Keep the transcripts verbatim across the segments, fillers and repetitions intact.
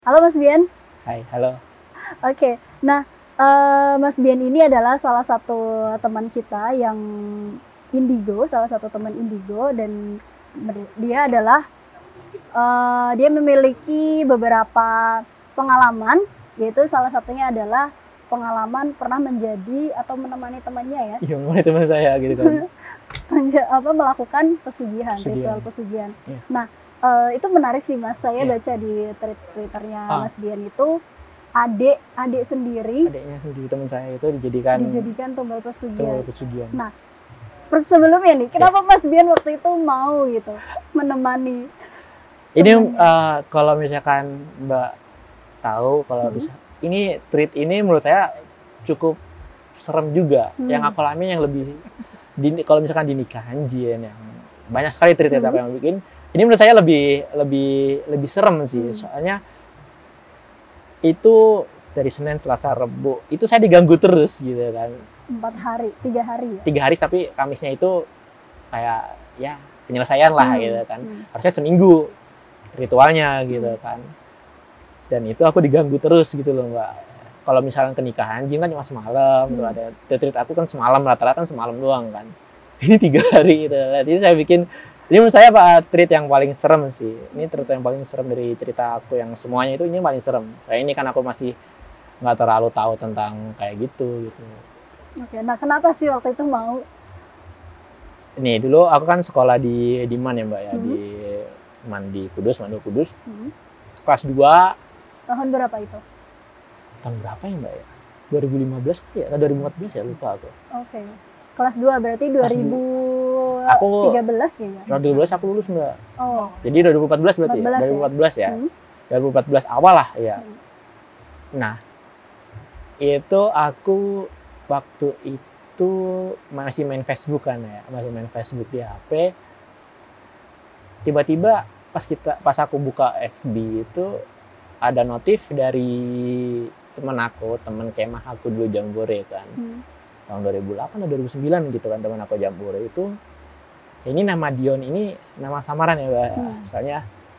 Halo Mas Bian. Hai, halo. Oke, nah uh, Mas Bian ini adalah salah satu teman kita yang indigo, salah satu teman indigo, dan dia adalah uh, dia memiliki beberapa pengalaman, yaitu salah satunya adalah pengalaman pernah menjadi atau menemani temannya ya. Iya, menemani teman saya gitu kan. apa melakukan pesugihan, pesugihan. ritual pesugihan. Yeah. Nah, Uh, itu menarik sih Mas, saya yeah. baca di twitternya ah. Mas Bian itu adik adik sendiri adiknya sendiri teman saya itu dijadikan dijadikan tumbal pesugihan. tumbal pesugihan. Nah, sebelumnya nih, kenapa yeah. Mas Bian waktu itu mau gitu menemani ini uh, kalau misalkan Mbak tahu kalau hmm. bisa ini tweet ini menurut saya cukup serem juga. hmm. Yang aku alami yang lebih di, kalau misalkan di nikahan Jian yang banyak sekali tweet hmm. apa yang bikin. Ini menurut saya lebih lebih lebih serem sih, hmm. soalnya itu dari Senin, Selasa, Rabu itu saya diganggu terus gitu kan. Empat hari, tiga hari ya? Tiga hari, tapi Kamisnya itu kayak ya penyelesaian lah hmm. gitu kan. Hmm. Harusnya seminggu ritualnya gitu hmm. kan. Dan itu aku diganggu terus gitu loh Mbak. Kalau misalnya ke nikahan, Jin kan cuma semalam, hmm. tuh ada treat aku kan semalam, rata-rata kan semalam doang kan. Ini tiga hari gitu. Jadi saya bikin ini menurut saya Pak treat yang paling serem sih. Ini treat yang paling serem dari cerita aku yang semuanya itu ini paling serem. Kayak ini kan aku masih nggak terlalu tahu tentang kayak gitu gitu. Oke, nah kenapa sih waktu itu mau? Nih dulu aku kan sekolah di di mana ya Mbak ya, hmm. di Mandi Kudus, Mandi Kudus. Hmm. Kelas dua. Tahun berapa itu? Tahun berapa ya Mbak ya? dua ribu lima belas ya, atau dua ribu empat belas ya lupa aku. Oke. Kelas dua berarti dua ribu tiga belas ya? dua ribu tiga belas aku lulus Mbak. Oh. Jadi dua ribu empat belas berarti ya? dua ribu empat belas ya? Hmm. dua ribu empat belas awal lah ya. Hmm. Nah, itu aku waktu itu masih main Facebook kan ya, masih main Facebook di H P. Tiba-tiba pas kita pas aku buka F B itu ada notif dari teman aku, teman kemah aku dulu Jambore kan. Hmm. Tahun dua ribu delapan atau dua ribu sembilan gitu kan, teman aku Jambore itu. Ini nama Dion ini nama samaran ya Mbak. Hmm. Soalnya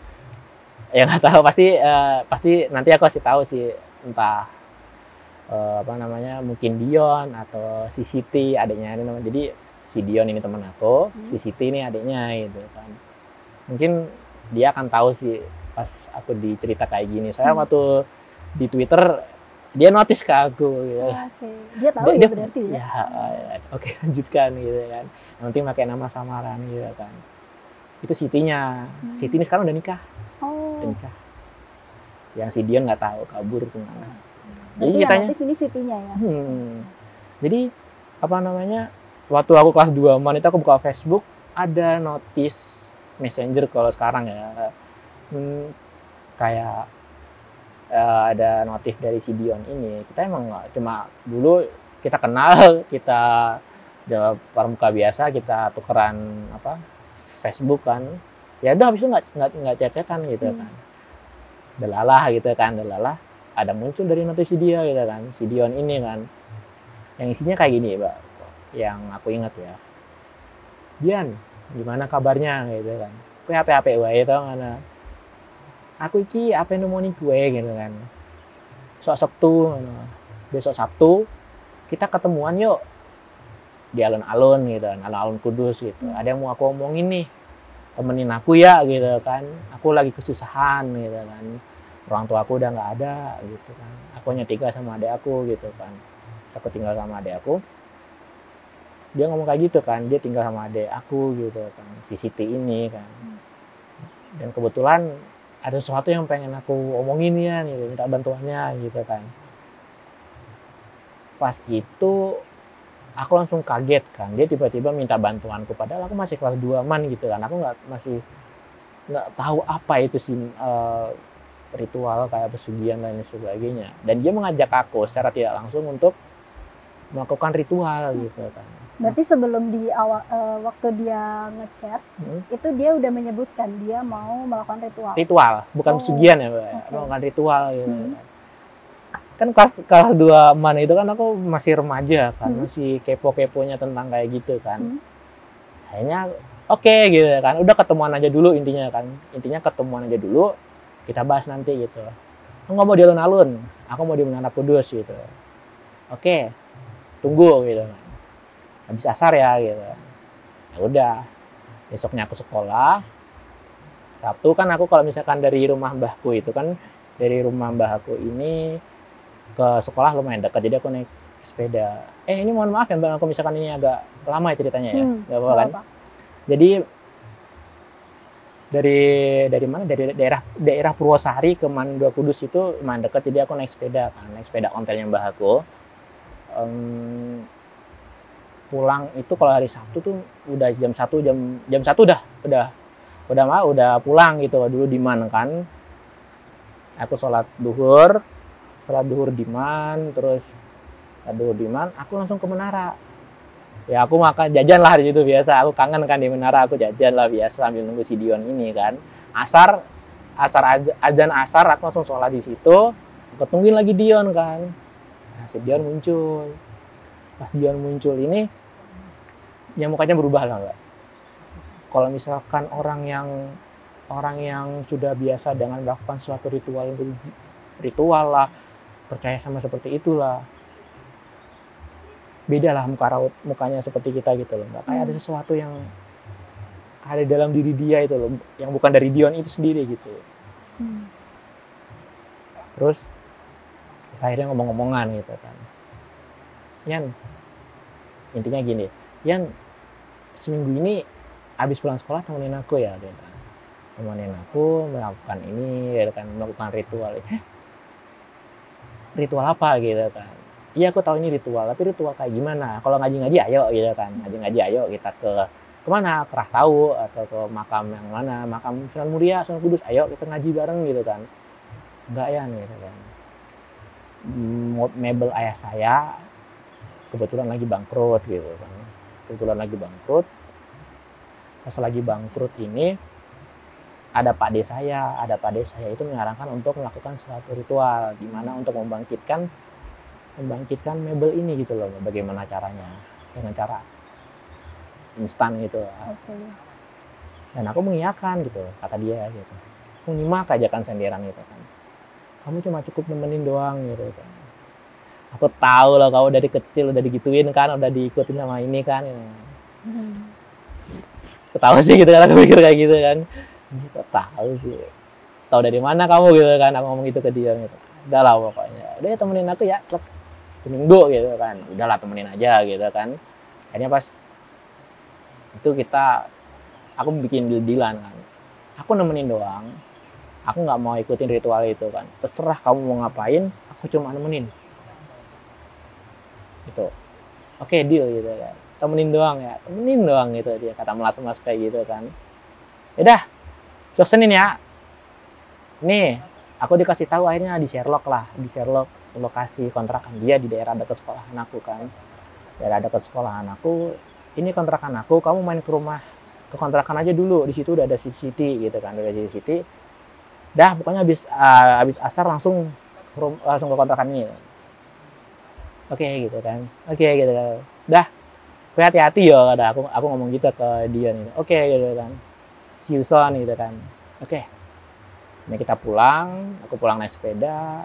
ya nggak tahu, pasti uh, pasti nanti aku kasih tahu sih, entah uh, apa namanya, mungkin Dion atau si Siti adiknya ini namanya. Jadi si Dion ini teman aku, hmm. si Siti ini adiknya gitu kan. Mungkin dia akan tahu sih pas aku dicerita kayak gini. Soalnya hmm. waktu di Twitter dia notice ke aku gitu. Oh, oke. Okay. Dia tahu dia, ya berarti ya. Ya, uh, oke okay, lanjutkan gitu kan. Nanti pakai nama samaran gitu kan. Itu Sitinya. Hmm. Siti ini sekarang udah nikah. Oh. Udah nikah. Yang si Dion nggak tahu kabur kemana. Jadi ceritanya ini Sitinya ya. Hmm. Jadi apa namanya? Waktu aku kelas dua man itu aku buka Facebook, ada notice Messenger kalau sekarang ya. Hmm, kayak uh, ada notif dari si Dion ini. Kita emang nggak cuma dulu kita kenal, kita udah pramuka biasa, kita tukeran apa Facebook kan. Ya udah habis itu nggak nggak nggak chat-chatan gitu hmm. kan. Delalah gitu kan, delalah ada muncul dari notif si dia gitu kan, si Dion ini kan. Yang isinya kayak gini, Mbak. Yang aku ingat ya. Dian, gimana kabarnya gitu kan. Kue H P-H P wae to ngana. Aku iki apa nemoni gue gitu kan. Sok Sabtu, besok Sabtu kita ketemuan yuk di alun-alun gitu kan, alun-alun Kudus gitu. Hmm. Ada yang mau aku omongin nih, temenin aku ya gitu kan. Aku lagi kesusahan gitu kan. Orang tua aku udah nggak ada gitu kan. Aku hanya tinggal sama adik aku gitu kan. Aku tinggal sama adik aku. Dia ngomong kayak gitu kan, dia tinggal sama adik aku gitu kan, si Siti ini kan. Dan kebetulan ada sesuatu yang pengen aku omongin ya, gitu, minta bantuannya gitu kan. Pas itu aku langsung kaget kan, dia tiba-tiba minta bantuanku, padahal aku masih kelas dua man gitu kan, aku nggak masih nggak tahu apa itu sih uh, ritual kayak pesugihan dan sebagainya. Dan dia mengajak aku secara tidak langsung untuk melakukan ritual gitu kan. Berarti sebelum di awal uh, waktu dia ngechat hmm. itu dia udah menyebutkan dia mau melakukan ritual. Ritual, bukan oh. pesugihan ya, Mbak. Okay. Melakukan ritual gitu. Hmm. Kan kelas kelas dua man itu kan aku masih remaja kan, hmm. masih kepo-keponya tentang kayak gitu kan. Hmm. Akhirnya oke okay, gitu kan. Udah ketemuan aja dulu intinya kan. Intinya ketemuan aja dulu, kita bahas nanti gitu. aku nggak mau di alun-alun, aku mau di Menara Kudus gitu. Oke, tunggu gitu kan, habis asar ya gitu. Ya udah, besoknya aku sekolah. Sabtu kan aku kalau misalkan dari rumah mbahku itu kan, dari rumah mbahku ini ke sekolah lumayan dekat, jadi aku naik sepeda. Eh ini mohon maaf ya mbak, aku misalkan ini agak lama ya ceritanya ya, Hmm, nggak apa-apa kan? apa? Jadi dari dari mana? Dari daerah daerah Purwosari ke Mandua Kudus itu lumayan dekat, jadi aku naik sepeda kan, naik sepeda ontelnya mbah aku. Um, pulang itu kalau hari Sabtu tuh udah jam satu jam jam satu udah udah udah mah udah pulang gitu. Dulu di Man kan, aku sholat duhur sholat duhur di Man, terus sholat duhur di Man aku langsung ke Menara. Ya aku makan jajan lah di situ biasa, aku kangen kan di Menara, aku jajan lah biasa sambil nunggu si Dion ini kan. Asar asar aj- ajan asar aku langsung sholat di situ, aku tungguin lagi Dion kan. Nah, si Dion muncul. Pas Dion muncul ini, ya mukanya berubah lah mbak. Kalau misalkan orang yang orang yang sudah biasa dengan melakukan suatu ritual ritual lah, percaya sama seperti itulah, beda lah muka raut mukanya seperti kita gitu loh mbak. Kayak Hmm. ada sesuatu yang ada dalam diri dia itu loh, yang bukan dari Dion itu sendiri gitu. Hmm. Terus akhirnya ngomong-ngomongan gitu kan, Yan, intinya gini, Yan, seminggu ini habis pulang sekolah temenin aku ya gitu kan. Temenin aku melakukan ini gitu kan, melakukan ritual. Eh, ritual apa gitu kan. Iya aku tahu ini ritual, tapi ritual kayak gimana? Kalau ngaji-ngaji ayo gitu kan, ngaji-ngaji ayo kita ke kemana? Kerah Tahu atau ke makam yang mana? Makam Sunan Muria, Sunan Kudus, ayo kita ngaji bareng gitu kan. Enggak ya gitu kan. Mebel ayah saya kebetulan lagi bangkrut gitu kan. Kebetulan lagi bangkrut. Pas lagi bangkrut ini ada Pak D saya, ada Pak D saya itu menyarankan untuk melakukan suatu ritual di mana untuk membangkitkan membangkitkan mebel ini gitu loh. Bagaimana caranya? Dengan cara instan gitu. Oke. Dan aku mengiyakan gitu, kata dia gitu. Aku nyimak aja kan senderan gitu kan. Kamu cuma cukup nemenin doang gitu kan. Aku tahu lah kau dari kecil udah digituin kan, udah diikutin sama ini kan. Hmm. Aku tahu sih gitu kan, aku mikir kayak gitu kan. Aku tahu sih. Tahu dari mana kamu gitu kan, aku ngomong gitu ke dia gitu. Udah lah pokoknya. Udah ya temenin aku ya, seminggu gitu kan. Udahlah temenin aja gitu kan. Akhirnya pas itu kita, aku bikin deal-dealan kan. Aku nemenin doang. Aku nggak mau ikutin ritual itu kan. Terserah kamu mau ngapain, aku cuma nemenin. Gitu. Oke, deal gitu kan. Temenin doang ya, temenin doang gitu dia kata melas-melas kayak gitu kan. Yaudah, pesenin ya. Nih, aku dikasih tahu akhirnya di Sherlock lah, di Sherlock lokasi kontrakan dia di daerah dekat sekolahan aku kan. Daerah dekat sekolahan aku, ini kontrakan aku, kamu main ke rumah ke kontrakan aja dulu. Di situ udah ada C C T V gitu kan, udah ada C C T V. Dah, pokoknya habis uh, habis asar langsung langsung ke kontrakan ini. Oke okay, gitu kan. Oke okay, gitu kan. Dah, hati-hati ya kata aku aku ngomong gitu ke dia nih. Oke okay, gitu kan. See you soon gitu kan. Oke. Okay. Ini kita pulang, aku pulang naik sepeda.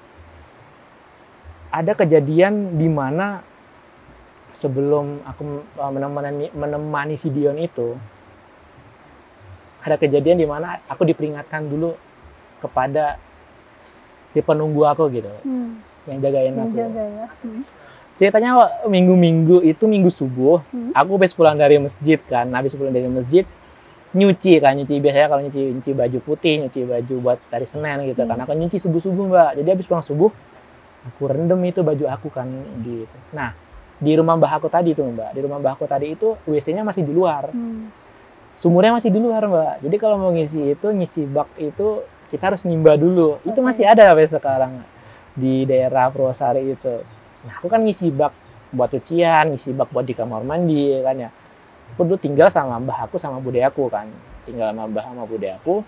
Ada kejadian di mana sebelum aku menemani, menemani si Dion itu, ada kejadian di mana aku diperingatkan dulu kepada si penunggu aku gitu, hmm. yang jagain aku. Jaga ya. Hmm. Ceritanya minggu-minggu itu minggu subuh, hmm. aku habis pulang dari masjid kan, habis pulang dari masjid nyuci kan, nyuci biasanya kalau nyuci nyuci baju putih, nyuci baju buat hari Senin gitu hmm. kan, aku nyuci subuh-subuh mbak. Jadi habis pulang subuh, aku rendam itu baju aku kan di itu. Nah di rumah mbah aku tadi tuh mbak, di rumah mbah aku tadi itu W C-nya masih di luar, hmm. sumurnya masih di luar mbak. Jadi kalau mau ngisi itu, ngisi bak itu kita harus nimba dulu. Okay. Itu masih ada sampai sekarang di daerah Purwosari itu. Nah aku kan ngisi bak buat cucian, ngisi bak buat di kamar mandi kan ya. Aku dulu tinggal sama mbah aku sama bude aku kan, tinggal sama mbah sama bude aku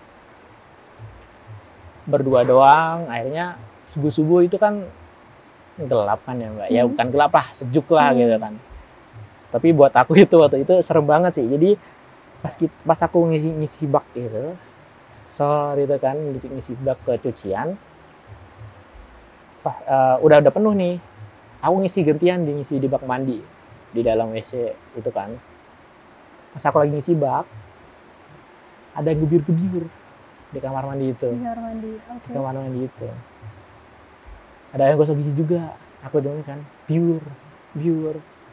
berdua doang. Akhirnya subuh-subuh itu kan gelap kan ya mbak, hmm. ya bukan gelap lah, sejuk lah hmm. gitu kan. Tapi buat aku itu waktu itu serem banget sih. Jadi pas kita, pas aku ngisi ngisi bak itu, so itu kan ngisi bak ke cucian, Pas, uh, udah udah penuh nih, aku ngisi gantian di ngisi di bak mandi di dalam W C itu kan. Pas aku lagi ngisi bak, ada gebir-gebir di kamar mandi itu. Di kamar mandi, oke. Di kamar mandi itu. Ada yang gosok gigi juga. Aku dong kan, biur, biur.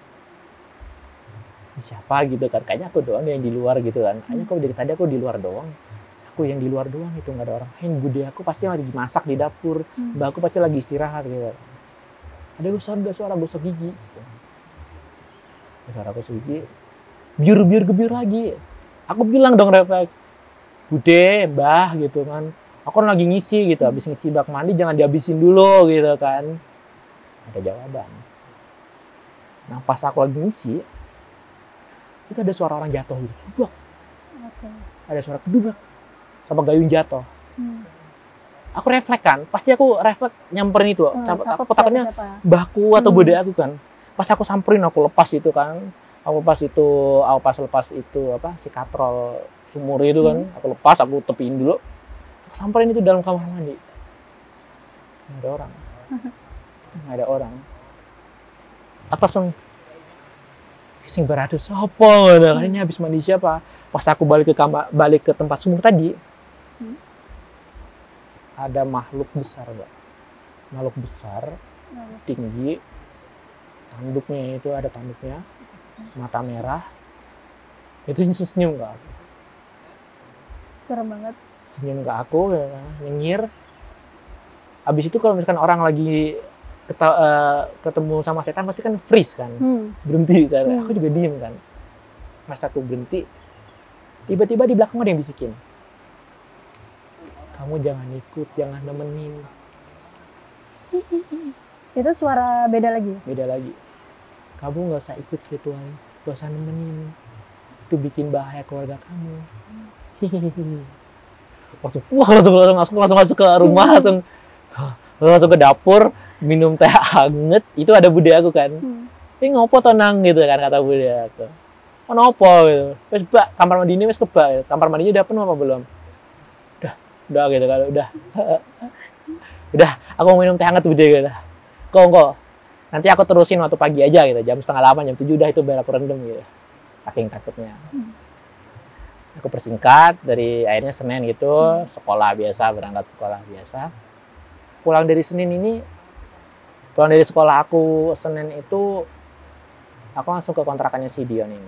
Siapa gitu kan? Kayaknya aku doang yang di luar gitu kan. Kayaknya kok dari tadi aku di luar doang. Aku yang di luar doang itu, nggak ada orang lain. Bude aku pasti lagi masak di dapur. Hmm. Mbak aku pasti lagi istirahat gitu. Ada suara, ada suara gosok gigi. Gitu. Ada suara gosok gigi. Biur, biur, gebir lagi. Aku bilang dong refleks. Bude, mbah gitu kan. Aku kan lagi ngisi gitu. Habis ngisi bak mandi jangan dihabisin dulu gitu kan. Ada jawaban. Nah pas aku lagi ngisi, itu ada suara orang jatuh gitu. Kedubak. Okay. Ada suara kedubak. Sama gayung jatuh. Hmm. Aku refleks kan, pasti aku refleks nyamperin itu. Hmm, apa takutnya siapa? mbahku atau Hmm. bude aku kan. Pas aku samperin, aku lepas itu kan. Aku lepas itu, aku pas lepas itu apa si katrol sumur itu kan. Hmm. Aku lepas, aku tepiin dulu. Aku samperin itu dalam kamar mandi. Nggak ada orang. Nggak ada orang. Aku langsung sing beratus sopo ngono kan, ini habis mandi siapa? Pas aku balik ke kamar, balik ke tempat sumur tadi, hmm. ada makhluk besar, Mbak. Makhluk besar, Hmm. tinggi, tanduknya itu ada tanduknya, mata merah, itu senyum ke aku, Serem banget. senyum ke aku, ya, nyengir. Habis itu kalau misalkan orang lagi keta- uh, ketemu sama setan pasti kan freeze kan, Hmm. berhenti kan. Hmm. Aku juga diem kan. Pas aku berhenti, tiba-tiba di belakang ada yang bisikin, kamu jangan ikut, jangan nemenin. Itu suara beda lagi. Beda lagi, kamu nggak usah ikut ritual, nggak usah nemenin, itu bikin bahaya keluarga kamu. Hihihi. Langsung, wah langsung langsung langsung langsung masuk ke rumah, langsung langsung ke dapur minum teh hangat. Itu ada bude aku kan, Hmm. ini ngopo tenang gitu kan kata bude aku. Oh nopo gitu, wes bak kamar mandi ini wes kebak, gitu. Kamar mandinya udah penuh apa belum? Udah, udah gitu kan, udah, udah. Aku mau minum teh hangat bude gitu. Kok kok, nanti aku terusin waktu pagi aja gitu, jam setengah delapan, jam tujuh udah itu biar aku rendem gitu. Saking takutnya. Hmm. Aku persingkat dari akhirnya Senin gitu, hmm. sekolah biasa, berangkat sekolah biasa. Pulang dari Senin ini, pulang dari sekolah aku Senin itu, aku langsung ke kontrakannya si Dion ini.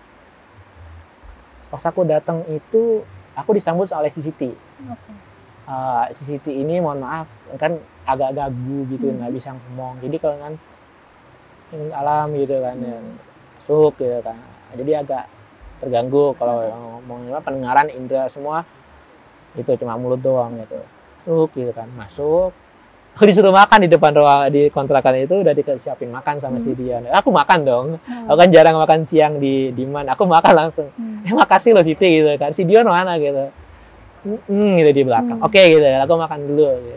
Pas aku datang itu, aku disambut oleh si Siti. Okay. Uh, si Siti ini mohon maaf, kan agak gagu gitu, nggak Hmm. bisa ngomong. Jadi kalau kan alam gitu kan, Hmm. yang suh gitu kan. Jadi agak terganggu kalau ngomong apa pendengaran indera semua itu cuma mulut doang gitu. Masuk gitu kan, masuk. Aku disuruh makan di depan ruang di kontrakan itu, udah disiapin makan sama Hmm. si Dian. Aku makan dong. Hmm. Aku kan jarang makan siang di di mana. Aku makan langsung. Hmm. Eh makasih loh Siti gitu kan. Si Dion mana gitu. Hmm, gitu di belakang. Hmm. Oke gitu. Aku makan dulu gitu.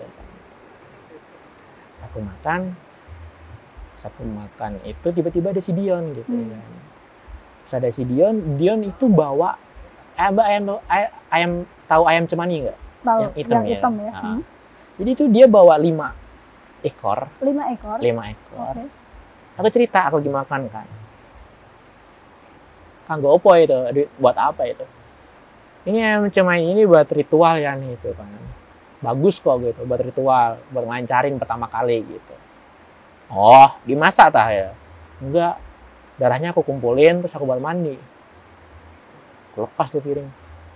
Aku makan. Aku makan itu tiba-tiba ada si Dion gitu Hmm. kan. Terus ada si Dion, Dion itu bawa eh, mbak ayam, ayam, ayam tahu ayam cemani nggak? Tahu, Yang hitam yang ya. hitam ya. Nah, Hmm. jadi itu dia bawa lima ekor, Lima ekor. lima ekor. Oke. Aku cerita, aku lagi makan kan. Kanggo opo itu? Di- Buat apa itu? Ini ayam cemani ini buat ritual ya nih itu kan. Bagus kok gitu, buat ritual, buat ngelancarin pertama kali gitu. Oh, dimasak tah ya? Enggak. Darahnya aku kumpulin, terus aku bawa mandi. Aku lepas tuh piring.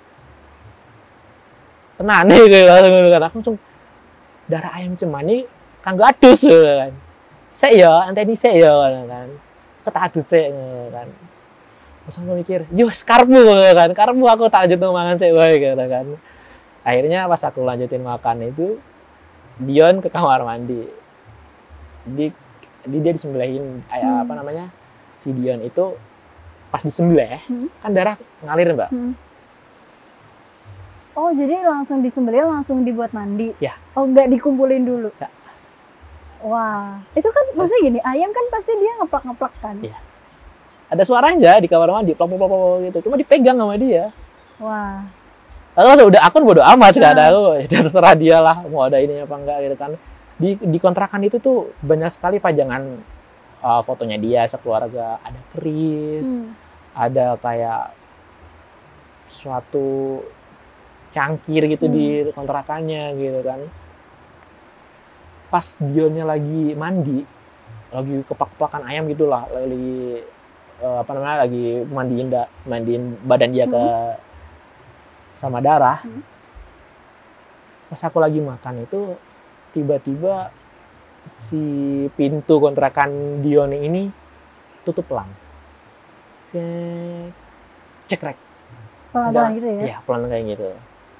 Tenan nih, gitu kan. Aku langsung, darah ayam cemani, kanggo adus, gitu kan. Sek ya, anteni sek ya, kan. Kata adus sek, gitu kan. Terus aku mikir, yo, karbu, gitu kan. Karbu aku tak lanjut mangan sek, gitu kan. Akhirnya pas aku lanjutin makan itu, Dion ke kamar mandi. Di, di dia disembelihin, Hmm. apa namanya, si Dion itu pas disembelih Hmm. kan darah ngalir mbak. Hmm. Oh jadi langsung disembelih langsung dibuat mandi? Ya. Oh nggak dikumpulin dulu? Nggak. Wah itu kan maksudnya gini, ayam kan pasti dia ngeplak-ngeplak kan? Iya. Ada suaranya di kamar mandi plok plok plok gitu, cuma dipegang sama dia. Wah. Lalu udah akun bodo amat kan, Nah. aku ya terserah dia lah mau ada ini apa enggak gitu kan. di di kontrakan itu tuh banyak sekali pajangan uh, fotonya dia sekeluarga, ada keris, Hmm. ada kayak suatu cangkir gitu Hmm. di kontrakannya gitu kan. Pas Dionnya lagi mandi, lagi kepak-kepakan ayam gitulah, lagi eh, apa namanya, lagi mandiin da, mandiin badan dia ke sama darah. Hmm. Pas aku lagi makan itu tiba-tiba si pintu kontrakan Dion ini tutup pelan. Cek, cekrek. Pelan-pelan gitu ya. Iya, pelan kayak gitu.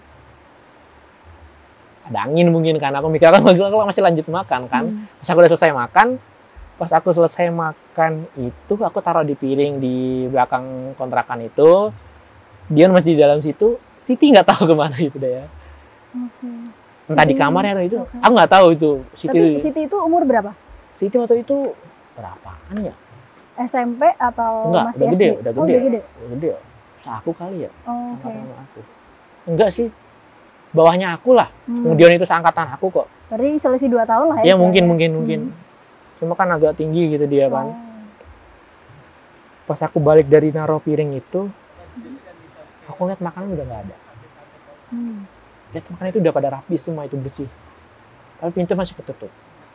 Ada angin mungkin kan, aku mikir kan aku masih lanjut makan kan. Hmm. Pas aku udah selesai makan, pas aku selesai makan itu aku taruh di piring di belakang kontrakan itu. Dion masih di dalam situ, Siti nggak tahu kemana itu deh ya. Oke. Entah di Siti- kamarnya atau itu, oke. aku nggak tahu itu. Siti, Tapi Siti itu umur berapa? Siti waktu itu berapaan ya? S M P atau Enggak, masih udah S D? gede, udah Oh, gede. udah gede. Udah gede. Seaku kali ya, Oh, oke. angkatan sama aku. Enggak sih, bawahnya aku lah. Hmm. Kemudian itu seangkatan aku kok. Berarti selisih dua tahun lah ya. Ya mungkin, istilahnya. mungkin, mungkin. Cuma kan agak tinggi gitu dia kan. Oh. Pas aku balik dari naruh piring itu, aku lihat makanan udah nggak ada. Hmm. Lihat makanan itu udah pada rapi semua, itu bersih. Tapi pintu masih ketutup.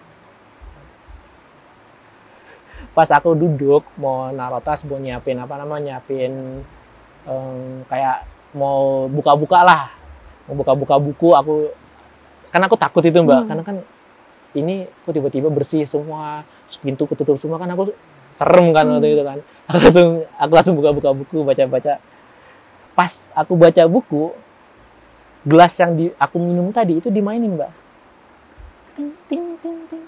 Pas aku duduk mau naruh tas, mau nyiapin apa namanya, nyiapin em, kayak mau buka-buka lah, mau buka-buka buku, aku kan aku takut itu mbak, Hmm. karena kan ini kok tiba-tiba bersih semua, pintu ketutup semua, kan aku serem kan waktu Hmm. itu kan. Aku langsung aku langsung buka-buka buku, baca-baca. Pas aku baca buku, gelas yang di aku minum tadi itu dimainin mbak. Ting, ting, ting, ting.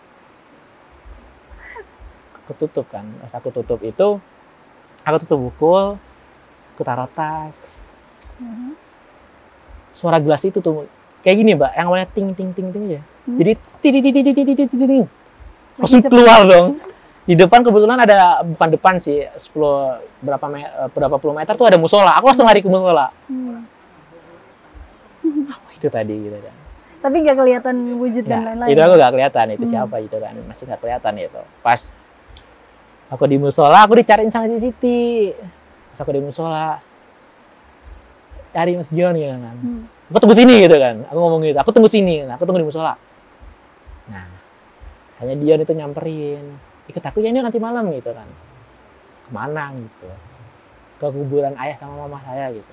Aku tutup kan, pas aku tutup itu, aku tutup buku, aku taruh tas. Mhm. Suara gelas itu tuh kayak gini mbak, yang awalnya ting ting ting ting ya. Hmm. Jadi ting ting ting ting ting ting ting ting. Makin Langsung cepet. keluar dong. Di depan kebetulan ada, bukan depan sih, sepuluh berapa me, berapa puluh meter tuh ada musola. Aku langsung lari ke musola. Hmm. Apa itu tadi gitu kan. Tapi nggak kelihatan wujud dan Ya, lain-lain. itu aku gak kelihatan itu Hmm. siapa itu kan, masih gak kelihatan itu. Pas aku di musola, aku dicariin sama si Siti. Pas aku di musola, cari Mas Dion gitu kan. Hmm. Aku tunggu sini gitu kan, aku ngomong gitu, aku tunggu sini, aku tunggu di musola. Nah, hanya Dion itu nyamperin, ikut aku ya ini nanti malam gitu kan. Kemana gitu? Ke kuburan ayah sama mama saya gitu.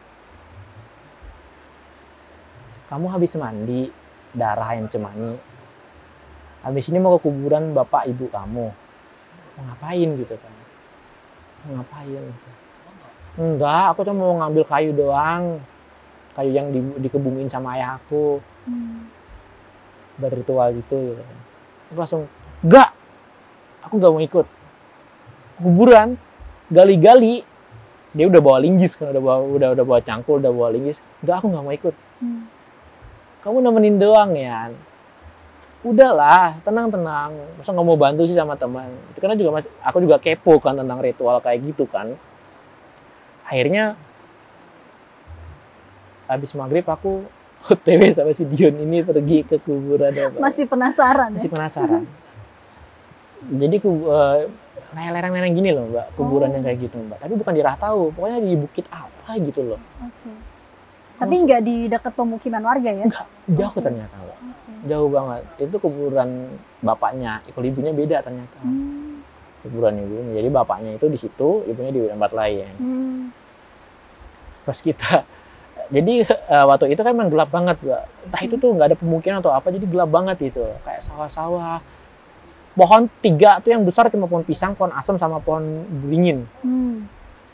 Kamu habis mandi, darah yang cemani. Habis ini mau ke kuburan bapak ibu kamu. Mau ngapain gitu kan? Mau ngapain? Gitu. Enggak, aku cuma mau ngambil kayu doang. Kayu yang di, dikebumin sama ayah aku. Hmm. Buat ritual gitu. Gitu. Aku langsung, enggak! Aku nggak mau ikut. Kuburan, gali-gali. Dia udah bawa linggis kan, udah bawa, udah, udah bawa cangkul, udah bawa linggis. Enggak, aku nggak mau ikut. Hmm. Kamu nemenin doang ya. Udahlah, tenang-tenang. Masa nggak mau bantu sih sama teman. Itu karena juga mas- aku juga kepo kan tentang ritual kayak gitu kan. Akhirnya habis maghrib aku O T W sama si Dion ini pergi ke kuburan. Masih penasaran ya? Masih penasaran. Jadi ku, eh, kayak lereng-lereng gini loh mbak, kuburan Oh. yang kayak gitu mbak. Tapi bukan di Rahtau, pokoknya di bukit apa gitu loh. Oke. Tapi nggak di dekat pemukiman warga ya? Enggak, jauh Oke. ternyata mbak. Oke. Jauh banget. Itu kuburan bapaknya, kalau ibunya beda ternyata. Hmm. Kuburan ibunya. Jadi bapaknya itu di situ, ibunya di tempat lain. Hmm. Pas kita, jadi eh, waktu itu kan memang gelap banget, Mbak. Entah itu tuh nggak ada pemukiman atau apa, jadi gelap banget itu. Kayak sawah-sawah. Pohon tiga tuh yang besar cuma pohon pisang, pohon asam, sama pohon beringin. Hmm.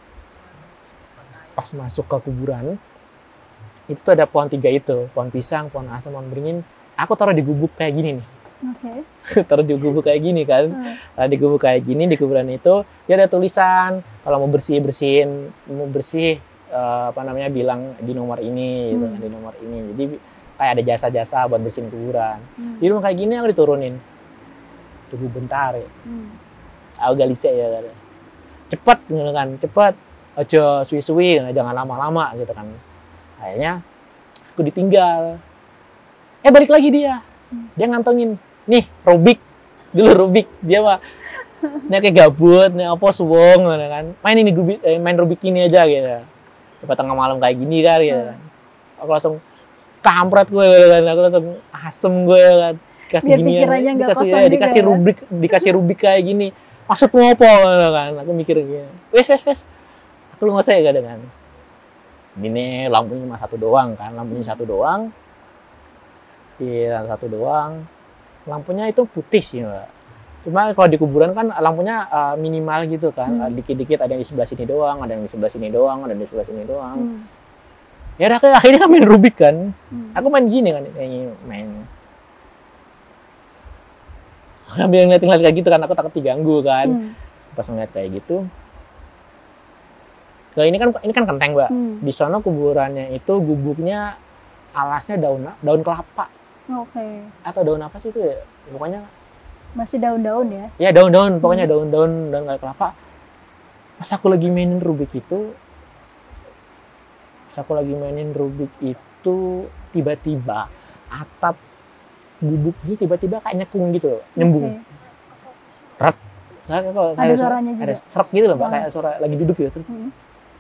Pas masuk ke kuburan, itu tuh ada pohon tiga itu. Pohon pisang, pohon asam, pohon beringin. Aku taruh di gubuk kayak gini nih. Oke. Taruh di gubuk kayak gini kan. Hmm. Nah, di gubuk kayak gini, di kuburan itu, dia ada tulisan. Kalau mau bersih-bersihin, mau bersih, eh, apa namanya, bilang di nomor ini, gitu kan, Hmm. di nomor ini. Jadi kayak ada jasa-jasa buat bersihin kuburan. Hmm. Di rumah kayak gini aku diturunin. Tunggu bentar ya. Hmm. Aku galise ya kan. Cepet gitu kan, cepet. Aja suwi-suwi, jangan lama-lama gitu kan. Akhirnya aku ditinggal. Eh balik lagi dia. Dia ngantongin, nih Rubik, dulu Rubik, dia mah nih kayak gabut, nih apa suwong kan, main ini Rubik, eh, main Rubik ini aja gitu. Pada tengah malam kayak gini kan gitu kan. Aku langsung kampret gue kan, aku langsung asem gue kan. Dikasih Biar gini pikirannya nggak dikasih, kosong ya, juga dikasih ya. Rubik, dikasih Rubik kayak gini. Maksudmu apa kan? Aku mikir gitu. Wes wes wes. Aku lu nggak saya gak dengan. Ini lampunya cuma satu doang kan, lampunya satu doang. Iya, satu doang. Lampunya itu putih sih, Mbak. Cuma kalau di kuburan kan lampunya uh, minimal gitu kan. Hmm. Uh, dikit-dikit ada yang di sebelah sini doang, ada yang di sebelah sini doang, ada yang di sebelah sini doang. Hmm. Ya udah akhirnya kan main Rubik kan. Hmm. Aku main gini kan, kayak main. Sambil ngeliat-ngeliat kayak gitu kan, aku takut diganggu kan. Hmm. Pas ngeliat kayak gitu. Nah, ini kan ini kan kenteng, Mbak. Hmm. Di sana kuburannya itu gubuknya alasnya daun daun kelapa. Oke. Okay. Atau daun apa sih itu ya? Pokoknya masih daun-daun ya? Ya daun-daun, pokoknya Hmm. daun-daun daun kayak kelapa. Pas aku lagi mainin Rubik itu, pas aku lagi mainin Rubik itu tiba-tiba atap gubuk ini tiba-tiba kayak nyekung gitu, nyembung. Okay. Ret. Nah, kalau ada suaranya ada juga. serak gitu loh, Mbak, Oh. kayak suara lagi duduk gitu. Terus, Hmm.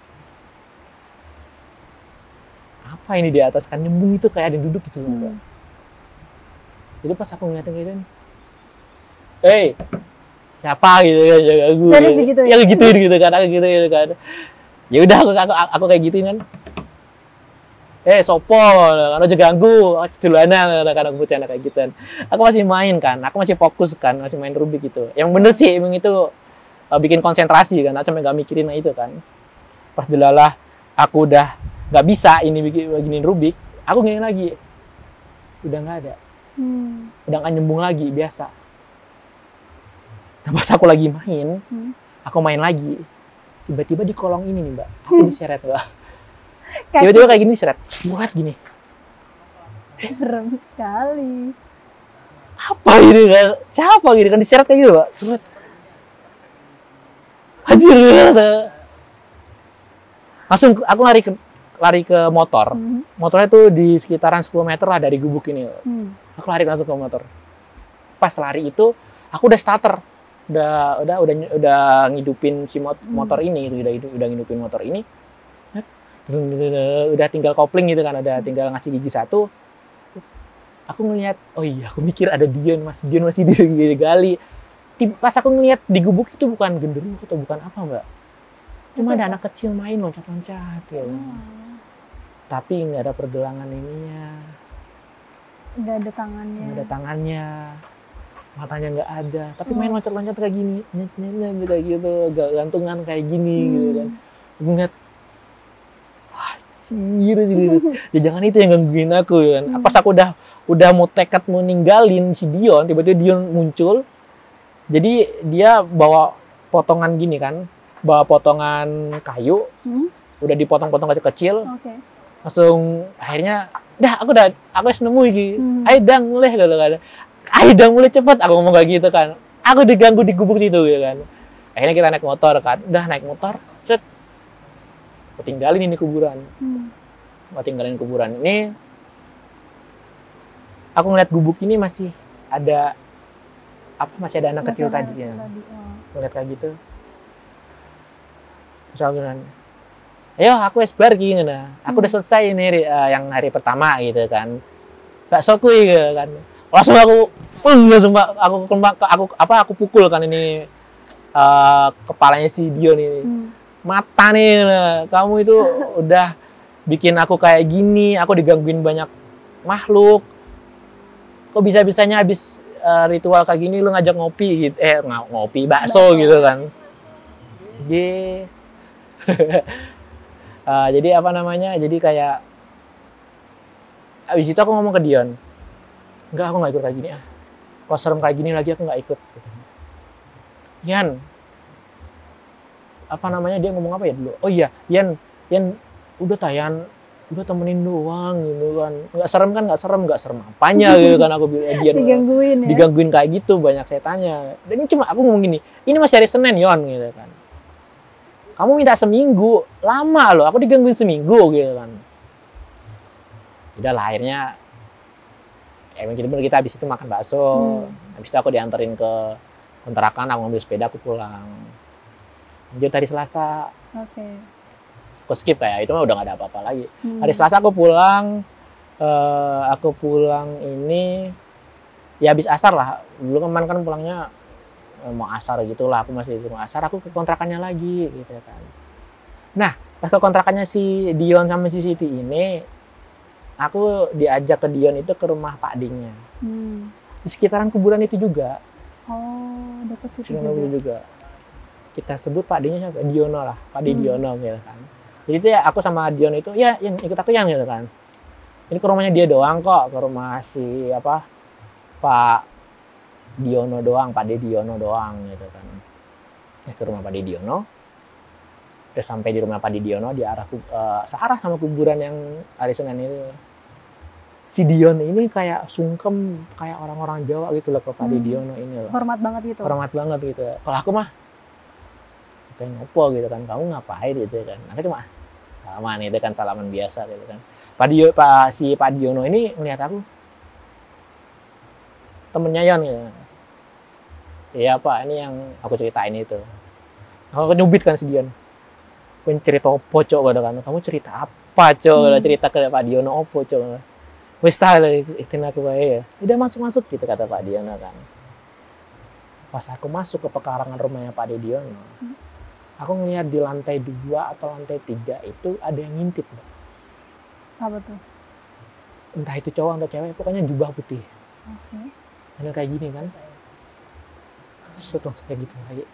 apa ini di atas kan nyembung itu kayak ada yang duduk gitu loh, Mbak. Hmm. Jadi pas aku ngeliatin gitu, "Hei, siapa?" gitu kan, jaga gue. Serius digituin? Ya gituin gitu kan, aku gitu gitu kan. Ya udah aku aku aku kayak gituin kan. Eh, sopo, kan aja ganggu, duluanan kan aku bercanda kayak gitu kan. Aku masih main kan, aku masih fokus kan, masih main Rubik gitu. Yang bener sih emang itu uh, bikin konsentrasi kan, aku sampai nggak mikirin itu kan. Pas delalah aku udah nggak bisa ini bikin beginin Rubik, aku nginin lagi. Udah nggak ada. Hmm. Udah nggak nyembung lagi, biasa. Nah, pas aku lagi main, Hmm. aku main lagi. Tiba-tiba di kolong ini nih, Mbak, aku diseret, Mbak. Kaki. Tiba-tiba kayak gini diseret, buat gini. Serem sekali. Apa ini kan? Siapa gini kan diseret kayak gitu, Mbak? Seret. Anjir, langsung aku lari ke lari ke motor. Hmm. Motornya tuh di sekitaran sepuluh meter lah dari gubuk ini. Hmm. Aku lari langsung ke motor. Pas lari itu, aku udah starter. Udah udah udah udah ngidupin si mot- motor Hmm. ini, udah udah ngidupin motor ini. Udah tinggal kopling gitu kan, udah tinggal ngasih gigi satu. Aku ngelihat, oh iya, aku mikir ada Dion, Mas Dion masih digali. Pas aku ngelihat di gubuk itu bukan genderuwo atau bukan apa, Mbak. Cuma ada anak kecil main loncat-loncat ya. Hmm. Tapi nggak ada pergelangan ininya, Nggak ada tangannya. nggak ada tangannya, matanya nggak ada. Tapi Hmm. main loncat-loncat kayak gini, nyet nyet nyet kayak gitu, gantungan kayak gini Hmm. gitu kan. Aku ngeliat, wah, anjir, anjir. Ya jangan itu yang gangguin aku kan. Hmm. Pas aku udah udah mau tekad mau ninggalin si Dion, tiba-tiba Dion muncul. Jadi dia bawa potongan gini kan, bawa potongan kayu, Hmm. udah dipotong-potong kecil-kecil. Oke. Langsung akhirnya, dah aku udah aku harus nemu iki. Hmm. Ayo dang mulai gitu kan. Ayo dang mulai cepet, aku ngomong kayak gitu kan. Aku diganggu di gubuk situ gitu kan. Akhirnya kita naik motor kan. Udah naik motor, set. Aku tinggalin ini kuburan. Hmm. Aku tinggalin kuburan ini. Aku ngeliat gubuk ini masih ada apa masih ada anak kecil Masih ada tadi ya. kecil tadi, oh. Ngeliat kayak gitu. Terus aku bilang, ayo aku esbar gini nah. Aku Hmm. udah selesai ini hari- eh, yang hari pertama gitu kan. Gak sokui gitu kan. Langsung aku, uh, langsung aku, aku, aku apa aku pukul kan ini eh, kepalanya si Dion ini. Hmm. Mata nih, nah, kamu itu udah bikin aku kayak gini. Aku digangguin banyak makhluk. Kok bisa-bisanya habis eh, ritual kayak gini lu ngajak ngopi gitu. Eh ng- ngopi bakso Bakso. gitu kan. Jadi Eh, jadi apa namanya? Jadi kayak abis itu aku ngomong ke Dion, enggak, aku nggak ikut kayak gini ah. Kalau serem kayak gini lagi aku nggak ikut. Yan, apa namanya dia ngomong apa ya dulu? Oh iya, Yan, Yan, udah Tayan, udah temenin doang gitu kan. Nggak serem kan? Nggak serem, nggak serem apanya gitu kan aku bilang Dian. Digangguin ya. Digangguin kayak gitu banyak setannya. Dan ini cuma aku ngomong gini, ini masih hari Senin Yon gitu kan. Kamu minta seminggu, lama loh, aku digangguin seminggu gitu kan. Udah lah, akhirnya emang kita kita habis itu makan bakso, hmm. habis itu aku dianterin ke kontrakan, aku ngambil sepeda, aku pulang. Lanjut hari Selasa. Oke. Okay. Aku skip kayak itu mah udah gak ada apa-apa lagi. Hmm. Hari Selasa aku pulang, uh, aku pulang ini ya habis asar lah. Dulu kemarin kan pulangnya mau asar gitulah, aku masih di rumah asar, aku ke kontrakannya lagi gitu kan. Nah, pas ke kontrakannya si Dion sama si Siti ini, aku diajak ke Dion itu ke rumah Pak Dingnya. Hmm. Di sekitaran kuburan itu juga. Oh, dekat situ juga. juga. Kita sebut Pak Dingnya siapa? Diono lah, Pak D hmm. Diono gitu kan. Jadi itu ya aku sama Dion itu, ya yang ikut aku yang gitu kan. Ini ke rumahnya dia doang kok, ke rumah si apa Pak Diono doang, Pak D Diono doang gitu kan. Ya, ke rumah Pak D Diono. Udah sampai di rumah Pak D Diono, di arah uh, searah sama kuburan yang hari Senin itu. Si Dion ini kayak sungkem, kayak orang-orang Jawa gitu loh ke Pak D Diono ini loh. Hormat banget gitu. Hormat banget gitu. Kalau aku mah kayak ngopo gitu kan, kamu ngapain gitu kan. Aku cuma salaman itu kan, salaman biasa gitu kan. Pak Dio, Pak si Pak Diono ini ngeliat aku temennya Yon gitu. Iya Pak, ini yang aku ceritain itu. Aku nyubit kan si Dion. Aku cerita opo cok kan. Kamu cerita apa cok? Hmm. Cerita ke Pak Diono opo cok. Wis ta itin aku wae ya. Udah masuk-masuk gitu kata Pak Diono kan. Pas aku masuk ke pekarangan rumahnya Pak Diono. Hmm. Aku ngeliat di lantai dua atau lantai tiga itu ada yang ngintip. Apa tuh? Entah itu cowok atau cewek, pokoknya jubah putih. Oke. Okay. Ada kayak gini kan. Langsung kayak gitu lagi.